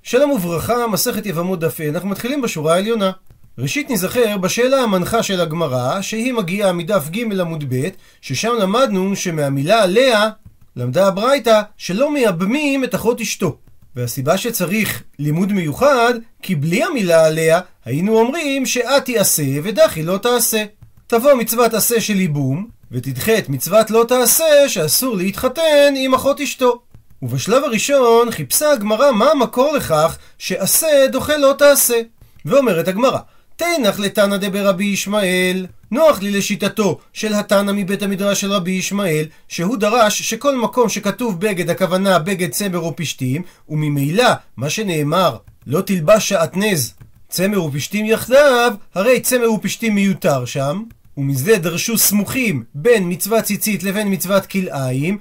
שלום וברכה, מסכת יבמות דף ה'. אנחנו מתחילים בשורה העליונה. ראשית נזכר בשאלה המנחה של הגמרא, שהיא מגיעה מדף ג' עמוד ב', ששם למדנו שמהמילה עליה למדה הברייתא שלא מייבמים את אחות אשתו. והסיבה שצריך לימוד מיוחד, כי בלי המילה עליה היינו אומרים שאת תעשה ודחי לא תעשה. תבוא מצוות עשה של ייבום ותדחה את מצוות לא תעשה שאסור להתחתן עם אחות אשתו. ובשלב הראשון חיפשה הגמרא מה המקור לכך שעשה דוחה לא תעשה. ואומרת הגמרא, תנח לתנא דברבי ישמעאל, נוח לי לשיטתו של התנא מבית המדרש של רבי ישמעאל, שהוא דרש שכל מקום שכתוב בגד הכוונה בגד צמר או פשתים, וממילא מה שנאמר לא תלבש שעטנז צמר ופשתים יחדיו, הרי צמר ופשתים מיותר שם, ומזה דרשו סמוכים בין מצוות ציצית לבין מצוות כלאיים,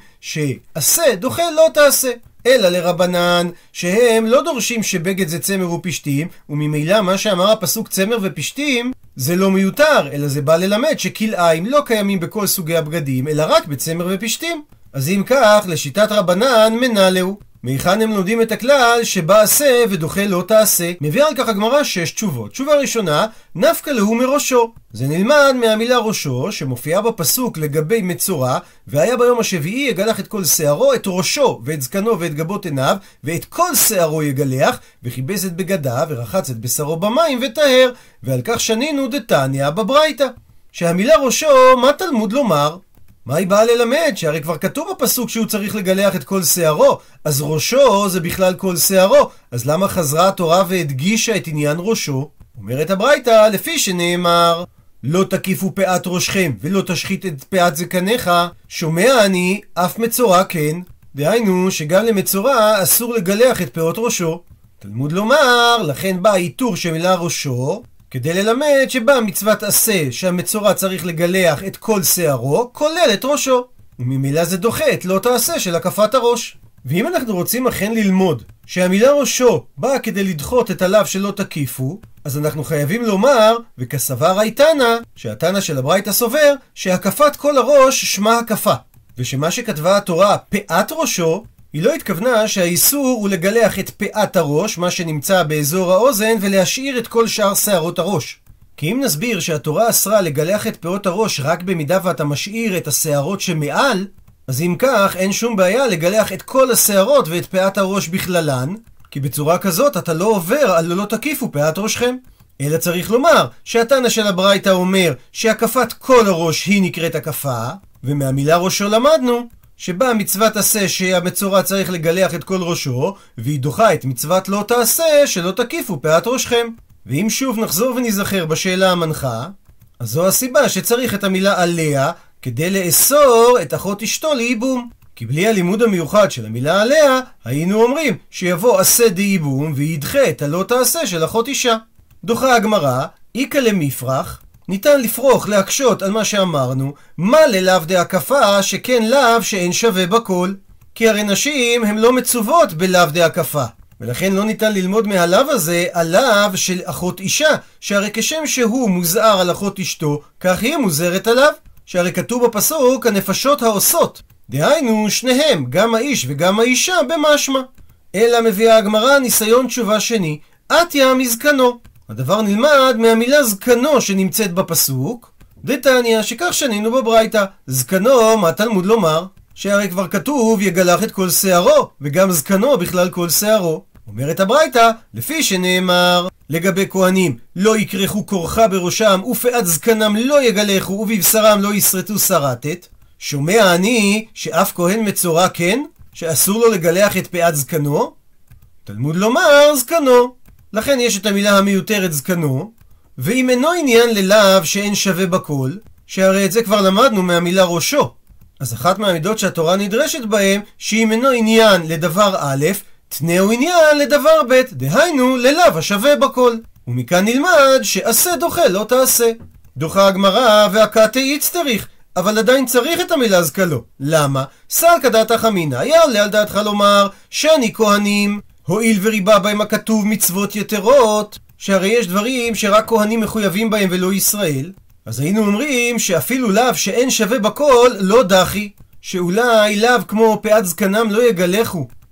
שעשה דוחה לא תעשה. אלא לרבנן שהם לא דורשים שבגד זה צמר ופשתים, וממילא מה שאמר הפסוק צמר ופשתים זה לא מיותר, אלא זה בא ללמד שכלאיים לא קיימים בכל סוגי הבגדים, אלא רק בצמר ופשתים. אז אם כך, לשיטת רבנן מנלהו. מהיכן הם לומדים את הכלל שבא עשה ודוחה לא תעשה? מביא על כך הגמרא 6 תשובות. תשובה ראשונה, נפקא להו מראשו. זה נלמד מהמילה ראשו שמופיעה בפסוק לגבי מצורע, והיה ביום השביעי יגלח את כל שערו, את ראשו ואת זקנו ואת גבות עיניו, ואת כל שערו יגלח, וכיבס את בגדיו ורחץ את בשרו במים וטהר. ועל כך שנינו דתניא בברייתא. שהמילה ראשו, מה תלמוד לומר? מה היא באה ללמד? שהרי כבר כתוב בפסוק שהוא צריך לגלח את כל שערו, אז ראשו זה בכלל כל שערו, אז למה חזרה התורה והדגישה את עניין ראשו? אומרת הברייתא, לפי שנאמר, לא תקיפו פאת ראשכם ולא תשחית את פאת זקניך, שומע אני, אף מצורע כן. דהיינו שגם למצורע אסור לגלח את פאות ראשו. תלמוד לומר, לכן בא האיתור שמילה ראשו, כדי ללמד שבא מצוות עשה שהמצורע צריך לגלח את כל שערו, כולל את ראשו. וממילא זה דוחה את לא תעשה של הקפת הראש. ואם אנחנו רוצים אכן ללמוד שהמילה ראשו באה כדי לדחות את הלאו שלא תקיפו, אז אנחנו חייבים לומר, וכסבר הייתנא, שהתנא של הברייתא סובר, שהקפת כל הראש שמה הקפה. ושמה שכתבה התורה פאת ראשו, היא לא התכוונה שהאיסור הוא לגלח את פאת הראש, מה שנמצא באזור האוזן, ולהשאיר את כל שאר שערות הראש. כי אם נסביר שהתורה אסרה לגלח את פאות הראש רק במידה ואתה משאיר את השערות שמעל, אז אם כך אין שום בעיה לגלח את כל השערות ואת פאת הראש בכללן, כי בצורה כזאת אתה לא עובר על לא תקיפו פאת ראשכם. אלא צריך לומר שהתנא של הברייתא אומר שהקפת כל הראש היא נקראת הקפה, ומהמילה ראשו למדנו שבה מצוות עשה שהמצורע צריך לגלח את כל ראשו, והיא דוחה את מצוות לא תעשה שלא תקיפו פאת ראשכם. ואם שוב נחזור ונזכר בשאלה המנחה, אז זו הסיבה שצריך את המילה עליה כדי לאסור את אחות אשתו לייבום. כי בלי הלימוד המיוחד של המילה עליה, היינו אומרים שיבוא עשה דייבום וידחה את הלא תעשה של אחות אישה. דוחה הגמרא, איקא למפרח, ניתן לפרוח להקשות על מה שאמרנו, מה ללאו דהקפה שכן לאו שאין שווה בכל. כי הרי נשים הן לא מצוות בלאו דהקפה, ולכן לא ניתן ללמוד מהלאו הזה על לאו של אחות אישה, שהרי כשם שהוא מוזהר על אחות אשתו, כך היא מוזהרת עליו, שהרי כתוב בפסוק הנפשות העושות, דהיינו שניהם, גם האיש וגם האישה במשמע. אלא מביאה הגמרא ניסיון תשובה שני, עטיה מזקנו. הדבר נלמד מהמילה זקנו שנמצאת בפסוק, דתניא שכך שנינו בברייתא. זקנו, מה תלמוד לומר? שהרי כבר כתוב יגלח את כל שערו, וגם זקנו בכלל כל שערו. אומרת הברייתא, לפי שנאמר לגבי כהנים, לא יקרחו כורחה בראשם ופאת זקנם לא יגלחו ובבשרם לא יסרטו סרטת. שומע אני שאף כהן מצורע כן, שאסור לו לגלח את פאת זקנו? תלמוד לומר זקנו. לכן יש את המילה המיותרת זקנו, ואם אינו עניין ללאו שאין שווה בכל, שהרי את זה כבר למדנו מהמילה ראשו, אז אחת מהמידות שהתורה נדרשת בהם, שאם אינו עניין לדבר א', תנאו עניין לדבר ב', דהיינו ללאו השווה בכל. ומכאן נלמד שעשה דוחה לא תעשה. דוחה הגמרא והקאתי איצטריך, אבל עדיין צריך את המילה זקלו. למה? סלקא דעתך אמינא, יעלה על דעתך לומר שאני כהנים, הואיל וריבה בהם הכתוב מצוות יתרות, שהרי יש דברים שרק כהנים מחויבים בהם ולא ישראל, אז היינו אומרים שאפילו לאו שאין שווה בכל לא דחי, שאולי לאו כמו פאת זקנם לא יגלחו,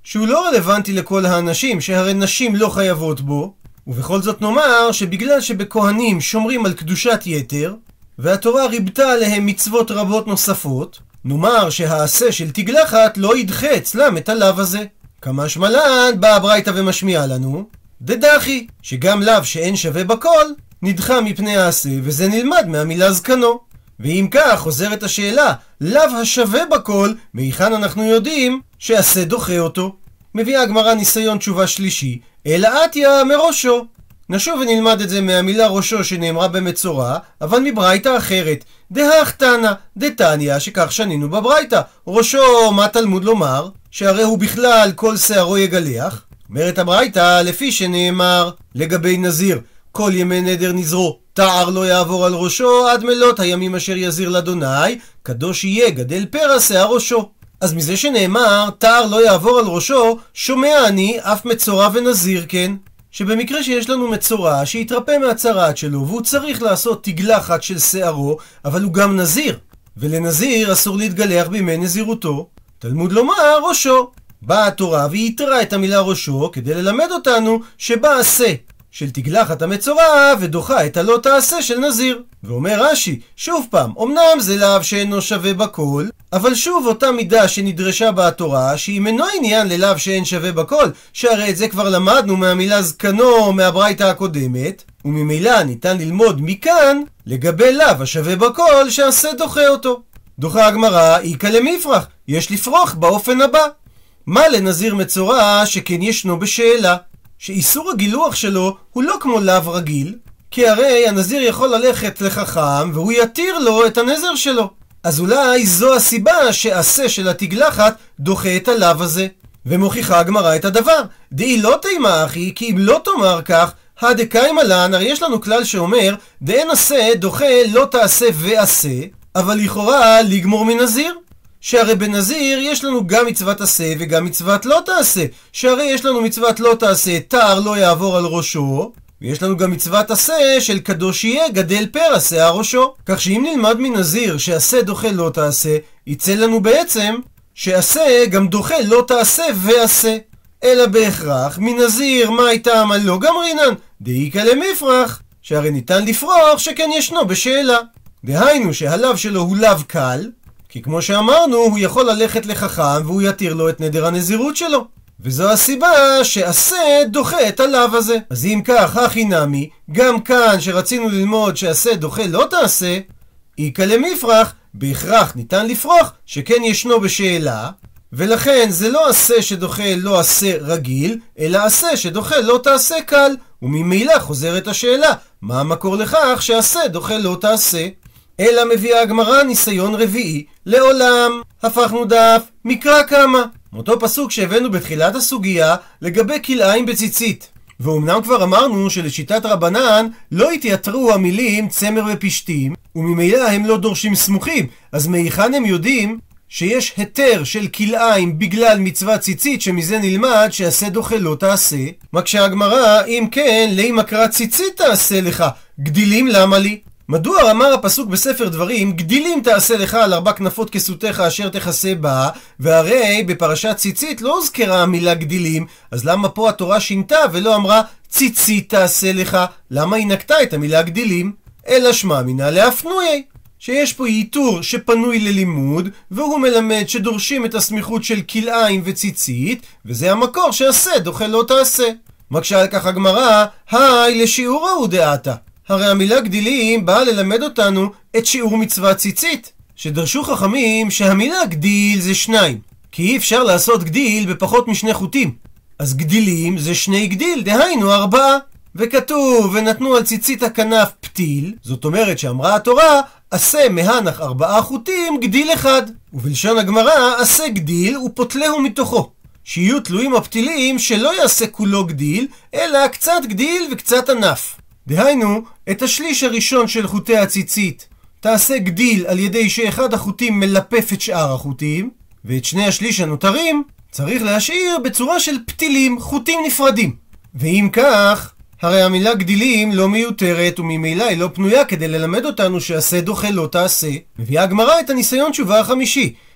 שהוא לא רלוונטי לכל האנשים, שהרי נשים לא חייבות בו, ובכל זאת נאמר שבגלל שבכהנים שומרים על קדושת יתר, והתורה ריבתה עליהם מצוות רבות נוספות, נאמר שהעשה של תגלחת לא ידחה אצלם את הלאו הזה. כמה שמלן באה הברייתא ומשמיעה לנו, דדחי, שגם לאו שאין שווה בכל, נדחה מפני העשה, וזה נלמד מהמילה זקנו. ואם כך חוזרת השאלה, לאו השווה בכל, מהיכן אנחנו יודעים שעשה דוחה אותו? מביאה הגמרא ניסיון תשובה שלישי, אלא עטיה מראשו. נשוב ונלמד את זה מהמילה ראשו שנאמרה במצורע, אבל מברייתא אחרת. דהכתנא, דתניא, שכך שנינו בברייתא. ראשו, מה תלמוד לומר? שהרי הוא בכלל כל שערו יגלח. אומרת הברייתא, לפי שנאמר לגבי נזיר, כל ימי נדר נזרו, תער לא יעבור על ראשו עד מלות הימים אשר יזיר לאדוני, קדוש יהיה גדל פרע שיער ראשו. אז מזה שנאמר תער לא יעבור על ראשו, שומע אני אף מצורע ונזיר כן, שבמקרה שיש לנו מצורע שהתרפא מהצרעת שלו והוא צריך לעשות תגלחת של שערו, אבל הוא גם נזיר, ולנזיר אסור להתגלח בימי נזירותו, תלמוד לומר ראשו. באה התורה והתרה את המילה ראשו כדי ללמד אותנו שבא עשה של תגלחת המצורע ודוחה את הלא תעשה של נזיר. ואומר רש"י, שוב פעם, אמנם זה לאו שאינו שווה בכל, אבל שוב אותה מידה שנדרשה בתורה, שאם אינו עניין ללאו שאין שווה בכל, שהרי את זה כבר למדנו מהמילה זקנו מהברייתא הקודמת, וממילא ניתן ללמוד מכאן לגבי לאו השווה בכל שעשה דוחה אותו. דוחה הגמרא, איקא למפרח, יש לפרוח באופן הבא. מה לנזיר מצורע שכן ישנו בשאלה? שאיסור הגילוח שלו הוא לא כמו לאו רגיל, כי הרי הנזיר יכול ללכת לחכם והוא יתיר לו את הנזר שלו. אז אולי זו הסיבה שעשה של התגלחת דוחה את הלאו הזה. ומוכיחה הגמרא את הדבר. דאי לא תימה אחי, כי אם לא תאמר כך, הדקאימה לן, הרי יש לנו כלל שאומר, דאין עשה דוחה לא תעשה ועשה, אבל לכאורה לגמור מנזיר. שהרי בנזיר יש לנו גם מצוות עשה וגם מצוות לא תעשה. שהרי יש לנו מצוות לא תעשה, תער לא יעבור על ראשו, ויש לנו גם מצוות עשה של קדוש יהיה גדל פרע שיער ראשו. כך שאם נלמד מנזיר שעשה דוחה לא תעשה, יצא לנו בעצם שעשה גם דוחה לא תעשה ועשה. אלא בהכרח מנזיר מה הייתה עמל לא גמרינן, דאיקא למפרח, שהרי ניתן לפרוח שכן ישנו בשאלה. דהיינו שהלאו שלו הוא לאו קל, כי כמו שאמרנו, הוא יכול ללכת לחכם והוא יתיר לו את נדר הנזירות שלו. וזו הסיבה שעשה דוחה את הלאו הזה. אז אם כך, הכי נמי, גם כאן שרצינו ללמוד שעשה דוחה לא תעשה, איקא למפרח, בהכרח ניתן לפרוח שכן ישנו בשאלה, ולכן זה לא עשה שדוחה לא עשה רגיל, אלא עשה שדוחה לא תעשה קל, וממילא חוזרת השאלה, מה המקור לכך שעשה דוחה לא תעשה? אלא מביאה הגמרא ניסיון רביעי, לעולם. הפכנו דף, מקרא כמה. מאותו פסוק שהבאנו בתחילת הסוגיה לגבי כלאיים בציצית. ואומנם כבר אמרנו שלשיטת רבנן לא התייתרו המילים צמר ופשתים, וממילא הם לא דורשים סמוכים, אז מהיכן הם יודעים שיש היתר של כלאיים בגלל מצוות ציצית, שמזה נלמד שעשה דוחה לא תעשה? מקשה הגמרא, אם כן, לימה קרא ציצית תעשה לך, גדילים למה לי? מדוע אמר הפסוק בספר דברים, גדילים תעשה לך על 4 כנפות כסותיך אשר תכסה בה, והרי בפרשת ציצית לא הוזכרה המילה גדילים, אז למה פה התורה שינתה ולא אמרה ציצית תעשה לך? למה היא נקטה את המילה גדילים? אלא שמע מינה להפנויה, שיש פה ייתור שפנוי ללימוד, והוא מלמד שדורשים את הסמיכות של כלאיים וציצית, וזה המקור שעשה דוחה לא תעשה. מקשה על כך הגמרא, היי לשיעורה הוא דעתה. הרי המילה גדילים באה ללמד אותנו את שיעור מצוות ציצית, שדרשו חכמים שהמילה גדיל זה 2, כי אי אפשר לעשות גדיל בפחות מ2 חוטים. אז גדילים זה 2 גדיל, דהיינו 4. וכתוב ונתנו על ציצית הכנף פתיל, זאת אומרת שאמרה התורה עשה מהנח 4 חוטים גדיל 1. ובלשון הגמרא עשה גדיל ופותלהו מתוכו, שיהיו תלויים הפתילים שלא יעשה כולו גדיל, אלא קצת גדיל וקצת ענף. דהיינו, את השליש הראשון של חוטי הציצית תעשה גדיל על ידי שאחד החוטים מלפף את שאר החוטים, ואת 2 השליש הנותרים צריך להשאיר בצורה של פתילים, חוטים נפרדים. ואם כך, הרי המילה גדילים לא מיותרת, וממילא היא לא פנויה כדי ללמד אותנו שעשה דוחה לא תעשה. מביאה הגמרא את הניסיון תשובה החמישי,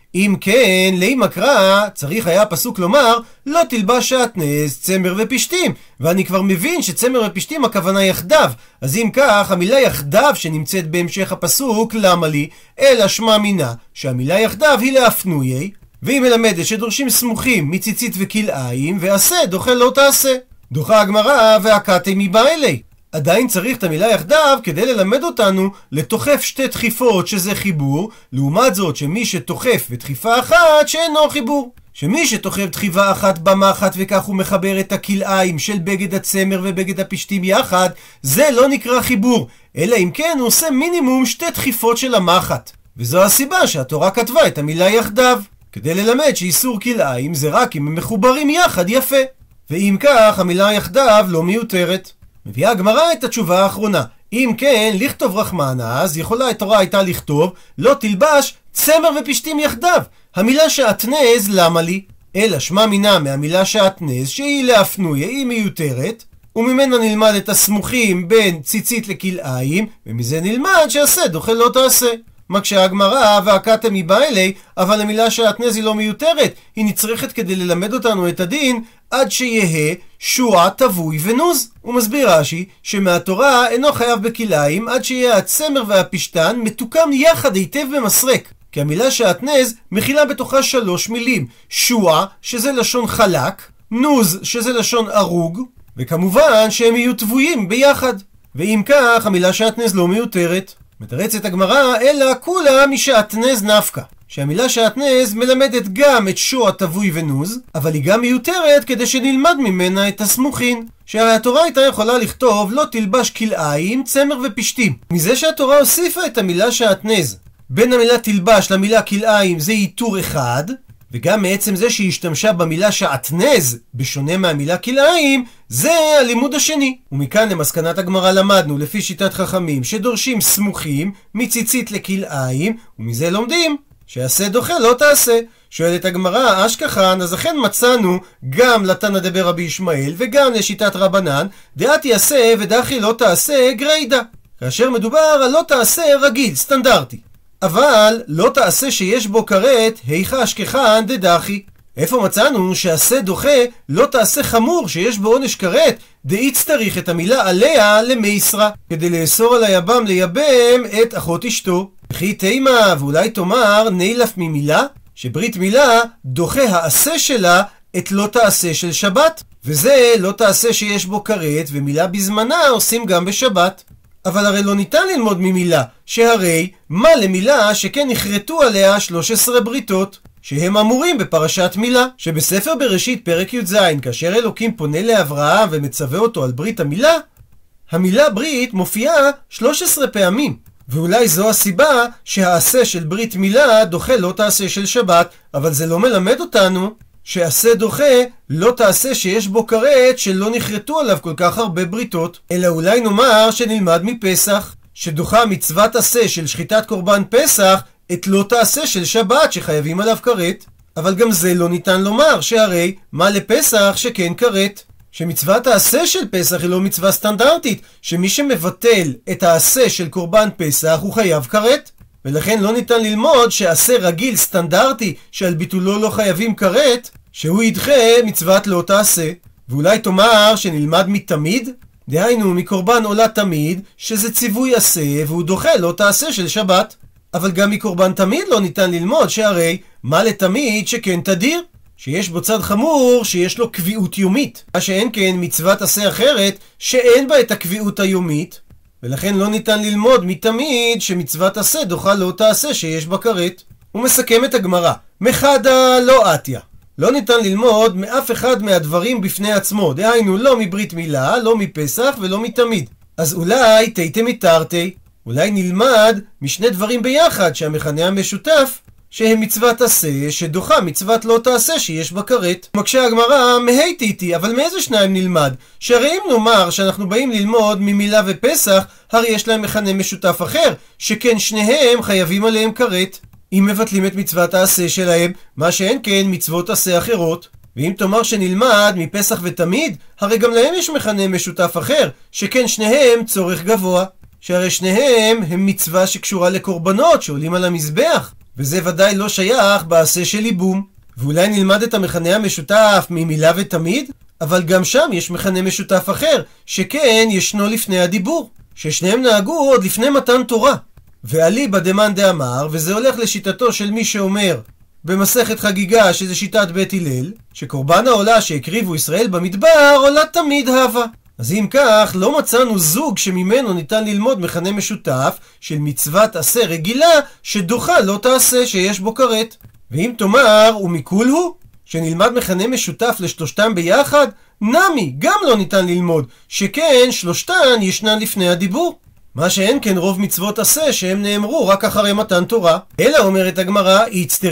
אם כן, לאמא קרא, צריך היה הפסוק לומר, לא תלבש שעטנז, צמר ופשתים. ואני כבר מבין שצמר ופשתים הכוונה יחדיו. אז אם כך, המילה יחדיו שנמצאת בהמשך הפסוק, למה לי? אלא שמע מינה, שהמילה יחדיו היא להפנויי, והיא מלמדת שדורשים סמוכים מציצית וכלאיים, ועשה דוחה לא תעשה. דוחה הגמרא והקטי מבא אלי. עדיין צריך את המילה יחדיו כדי ללמד אותנו לתוחף שתי דחיפות שזה חיבור, לעומת זאת שמי שתוחף ודחיפה אחת שאינו חיבור. שמי שתוחף דחיפה אחת במחט וכך הוא מחבר את הכלאיים של בגד הצמר ובגד הפשתים יחד, זה לא נקרא חיבור, אלא אם כן הוא עושה מינימום שתי דחיפות של המחט. וזו הסיבה שהתורה כתבה את המילה יחדיו, כדי ללמד שאיסור כלאיים זה רק אם הם מחוברים יחד יפה. ואם כך המילה יחדיו לא מיותרת. מביאה הגמרא את התשובה האחרונה. אם כן, לכתוב רחמנה, אז יכולה התורה הייתה לכתוב לא תלבש צמר ופשתים יחדיו. המילה שעטנז למה לי? אלא שמע מינה מהמילה שעטנז שהיא להפנויה, היא מיותרת, וממנה נלמד את הסמוכים בין ציצית לכלאיים, ומזה נלמד שעשה דוחה לא תעשה. מקשה הגמרא והקטי מבא אלי, אבל המילה שעטנז היא לא מיותרת, היא נצרכת כדי ללמד אותנו את הדין עד שיהיה שוע, תבוי ונוז. הוא מסביר רש"י שמהתורה אינו חייב בכלאיים עד שיהיה הצמר והפשתן מתוקם יחד היטב במסרק. כי המילה שעטנז מכילה בתוכה 3 מילים, שוע שזה לשון חלק, נוז שזה לשון ארוג, וכמובן שהם יהיו תבויים ביחד. ואם כך המילה שעטנז לא מיותרת. מתרצת הגמרא אלא כולה משעטנז נפקא, שהמילה שעטנז מלמדת גם את שוע, תבוי ונוז, אבל היא גם מיותרת כדי שנלמד ממנה את הסמוכין. שהרי התורה הייתה יכולה לכתוב לא תלבש כלאיים, צמר ופשתים. מזה שהתורה הוסיפה את המילה שעטנז בין המילה תלבש למילה כלאיים זה איתור אחד, וגם מעצם זה שהיא השתמשה במילה שעטנז בשונה מהמילה כלאיים, זה הלימוד השני. ומכאן למסקנת הגמרא למדנו לפי שיטת חכמים שדורשים סמוכים מציצית לכלאיים, ומזה לומדים שעשה דוחה לא תעשה. שואלת הגמרא אשכחן, אז אכן מצאנו גם לתנא דבר רבי ישמעאל וגם לשיטת רבנן דעת יעשה ודחי לא תעשה גריידא, כאשר מדובר על לא תעשה רגיל, סטנדרטי. אבל לא תעשה שיש בו כרת, היכה אשכחן דדחי. איפה מצאנו שעשה דוחה לא תעשה חמור שיש בו עונש כרת, דאי צריך את המילה עליה למייסרה, כדי לאסור על היבם לייבם את אחות אשתו. וכי תימה, ואולי תאמר נילף ממילה, שברית מילה דוחה העשה שלה את לא תעשה של שבת, וזה לא תעשה שיש בו כרת, ומילה בזמנה עושים גם בשבת. אבל הרי לא ניתן ללמוד ממילה, שהרי מה למילה שכן נחרטו עליה 13 בריתות, שהם אמורים בפרשת מילה, שבספר בראשית פרק י"ז, כאשר אלוקים פונה לאברהם ומצווה אותו על ברית המילה, המילה ברית מופיעה 13 פעמים. ואולי זו הסיבה שהעשה של ברית מילה דוחה לא תעשה של שבת, אבל זה לא מלמד אותנו שעשה דוחה לא תעשה שיש בו כרת שלא נחרטו עליו כל כך הרבה בריתות. אלא אולי נאמר שנלמד מפסח שדוחה מצוות עשה של שחיטת קורבן פסח את לא תעשה של שבת שחייבים עליו כרת. אבל גם זה לא ניתן לומר, שהרי מה לפסח שכן כרת, שמצוות העשה של פסח היא לא מצווה סטנדרטית, שמי שמבטל את העשה של קורבן פסח הוא חייב כרת, ולכן לא ניתן ללמוד שעשה רגיל סטנדרטי שעל ביטולו לא חייבים כרת שהוא ידחה מצוות לא תעשה. ואולי תאמר שנלמד מתמיד, דהיינו מקורבן עולה תמיד, שזה ציווי עשה והוא דוחה לא תעשה של שבת. אבל גם מקורבן תמיד לא ניתן ללמוד, שהרי מה לתמיד שכן תדיר, שיש בו צד חמור שיש לו קביעות יומית, מה שאין כן מצוות עשה אחרת שאין בה את הקביעות היומית, ולכן לא ניתן ללמוד מתמיד שמצוות עשה דוחה לא תעשה שיש בה כרת. הוא מסכם את הגמרא, מחדה לא עתיה, לא ניתן ללמוד מאף אחד מהדברים בפני עצמו, דהיינו לא מברית מילה, לא מפסח ולא מתמיד. אז אולי תיתם מתרתי, אולי נלמד משני דברים ביחד שהמכנה המשותף שהם מצוות עשה שדוחה מצוות לא תעשה שיש בה כרת. מקשה הגמרא מהייתיתי, אבל מאיזה שניים נלמד? שהרי אם נאמר שאנחנו באים ללמוד ממילה ופסח, הרי יש להם מכנה משותף אחר שכן שניהם חייבים עליהם כרת. אם מבטלים את מצוות העשה שלהם, מה שאין כן מצוות עשה אחרות. ואם תאמר שנלמד מפסח ותמיד, הרי גם להם יש מכנה משותף אחר שכן שניהם צורך גבוה, שהרי שניהם הם מצווה שקשורה לקורבנות שעולים על המזבח. וזה ודאי לא שייך בעשה של ייבום. ואולי נלמד את המכנה המשותף ממילה ותמיד, אבל גם שם יש מכנה משותף אחר, שכן ישנו לפני הדיבור, ששניהם נהגו עוד לפני מתן תורה. ואליבא דמאן דאמר, וזה הולך לשיטתו של מי שאומר במסכת חגיגה, שזה שיטת בית הלל, שקורבן העולה שהקריבו ישראל במדבר עולה תמיד הווה. אז אם כך, לא מצאנו זוג שממנו ניתן ללמוד מכנה משותף של מצוות עשה רגילה שדוחה לא תעשה שיש בו כרת. ואם תאמר, ומכול הוא, שנלמד מכנה משותף לשלושתם ביחד, נמי, גם לא ניתן ללמוד, שכן שלושתן ישנן לפני הדיבור. מה שאין כן רוב מצוות עשה שהם נאמרו רק אחרי מתן תורה. אלא אומרת הגמרא,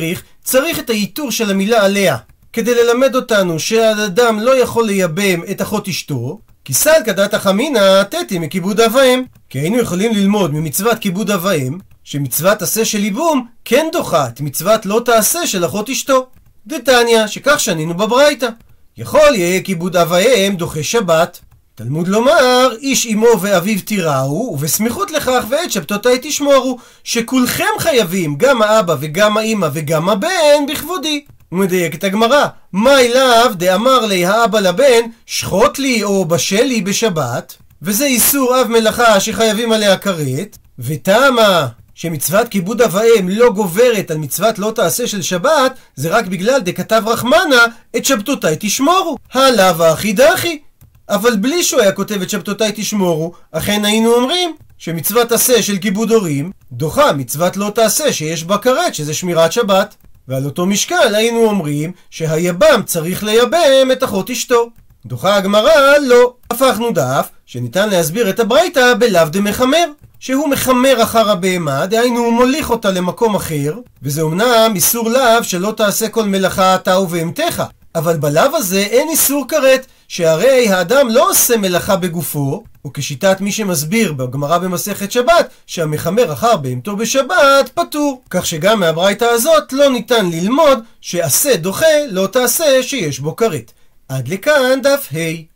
צריך את האיתור של המילה עליה, כדי ללמד אותנו שהאדם לא יכול לייבם את אחות אשתו, כי סלקא דתא חמינא תתי מכיבוד אב ואם. כי היינו יכולים ללמוד ממצוות כיבוד אב ואם, שמצוות עשה של ייבום כן דוחה את מצוות לא תעשה של אחות אשתו. דתניא, שכך שנינו בברייתא. יכול יהיה כיבוד אב ואם דוחה שבת. תלמוד לומר, איש אמו ואביו תיראו, ובסמיכות לכך ואת שבתותי תשמורו, שכולכם חייבים, גם האבא וגם האמא וגם הבן, בכבודי. הוא מדייק את הגמרא, מה אליו דאמר לי האבא לבן, שחוט לי או בשל לי בשבת, וזה איסור אב מלאכה שחייבים עליה כרת, וטעמה שמצוות כיבוד אב ואם לא גוברת על מצוות לא תעשה של שבת, זה רק בגלל דכתב רחמנה, את שבתותי תשמורו, הלאו אחי דחי. אבל בלי שהוא היה כותב את שבתותי תשמורו, אכן היינו אומרים שמצוות עשה של כיבוד הורים דוחה מצוות לא תעשה שיש בה כרת, שזה שמירת שבת. ועל אותו משקל היינו אומרים שהיבם צריך לייבם את אחות אשתו. דוחה הגמרא לא. הפכנו דף שניתן להסביר את הברייתא בלאו דמחמר, שהוא מחמר אחר הבהמה, דהיינו הוא מוליך אותה למקום אחר, וזה אומנם איסור לאו שלא תעשה כל מלאכה אתה ובהמתך, אבל בלאו הזה אין איסור כרת, שהרי האדם לא עושה מלאכה בגופו, וכשיטת מי שמסביר בגמרא במסכת שבת שהמחמר אחר בהמתו בשבת פטור. כך שגם מהברייתא הזאת לא ניתן ללמוד שעשה דוחה לא תעשה שיש בו כרת. עד לכאן דף ה'.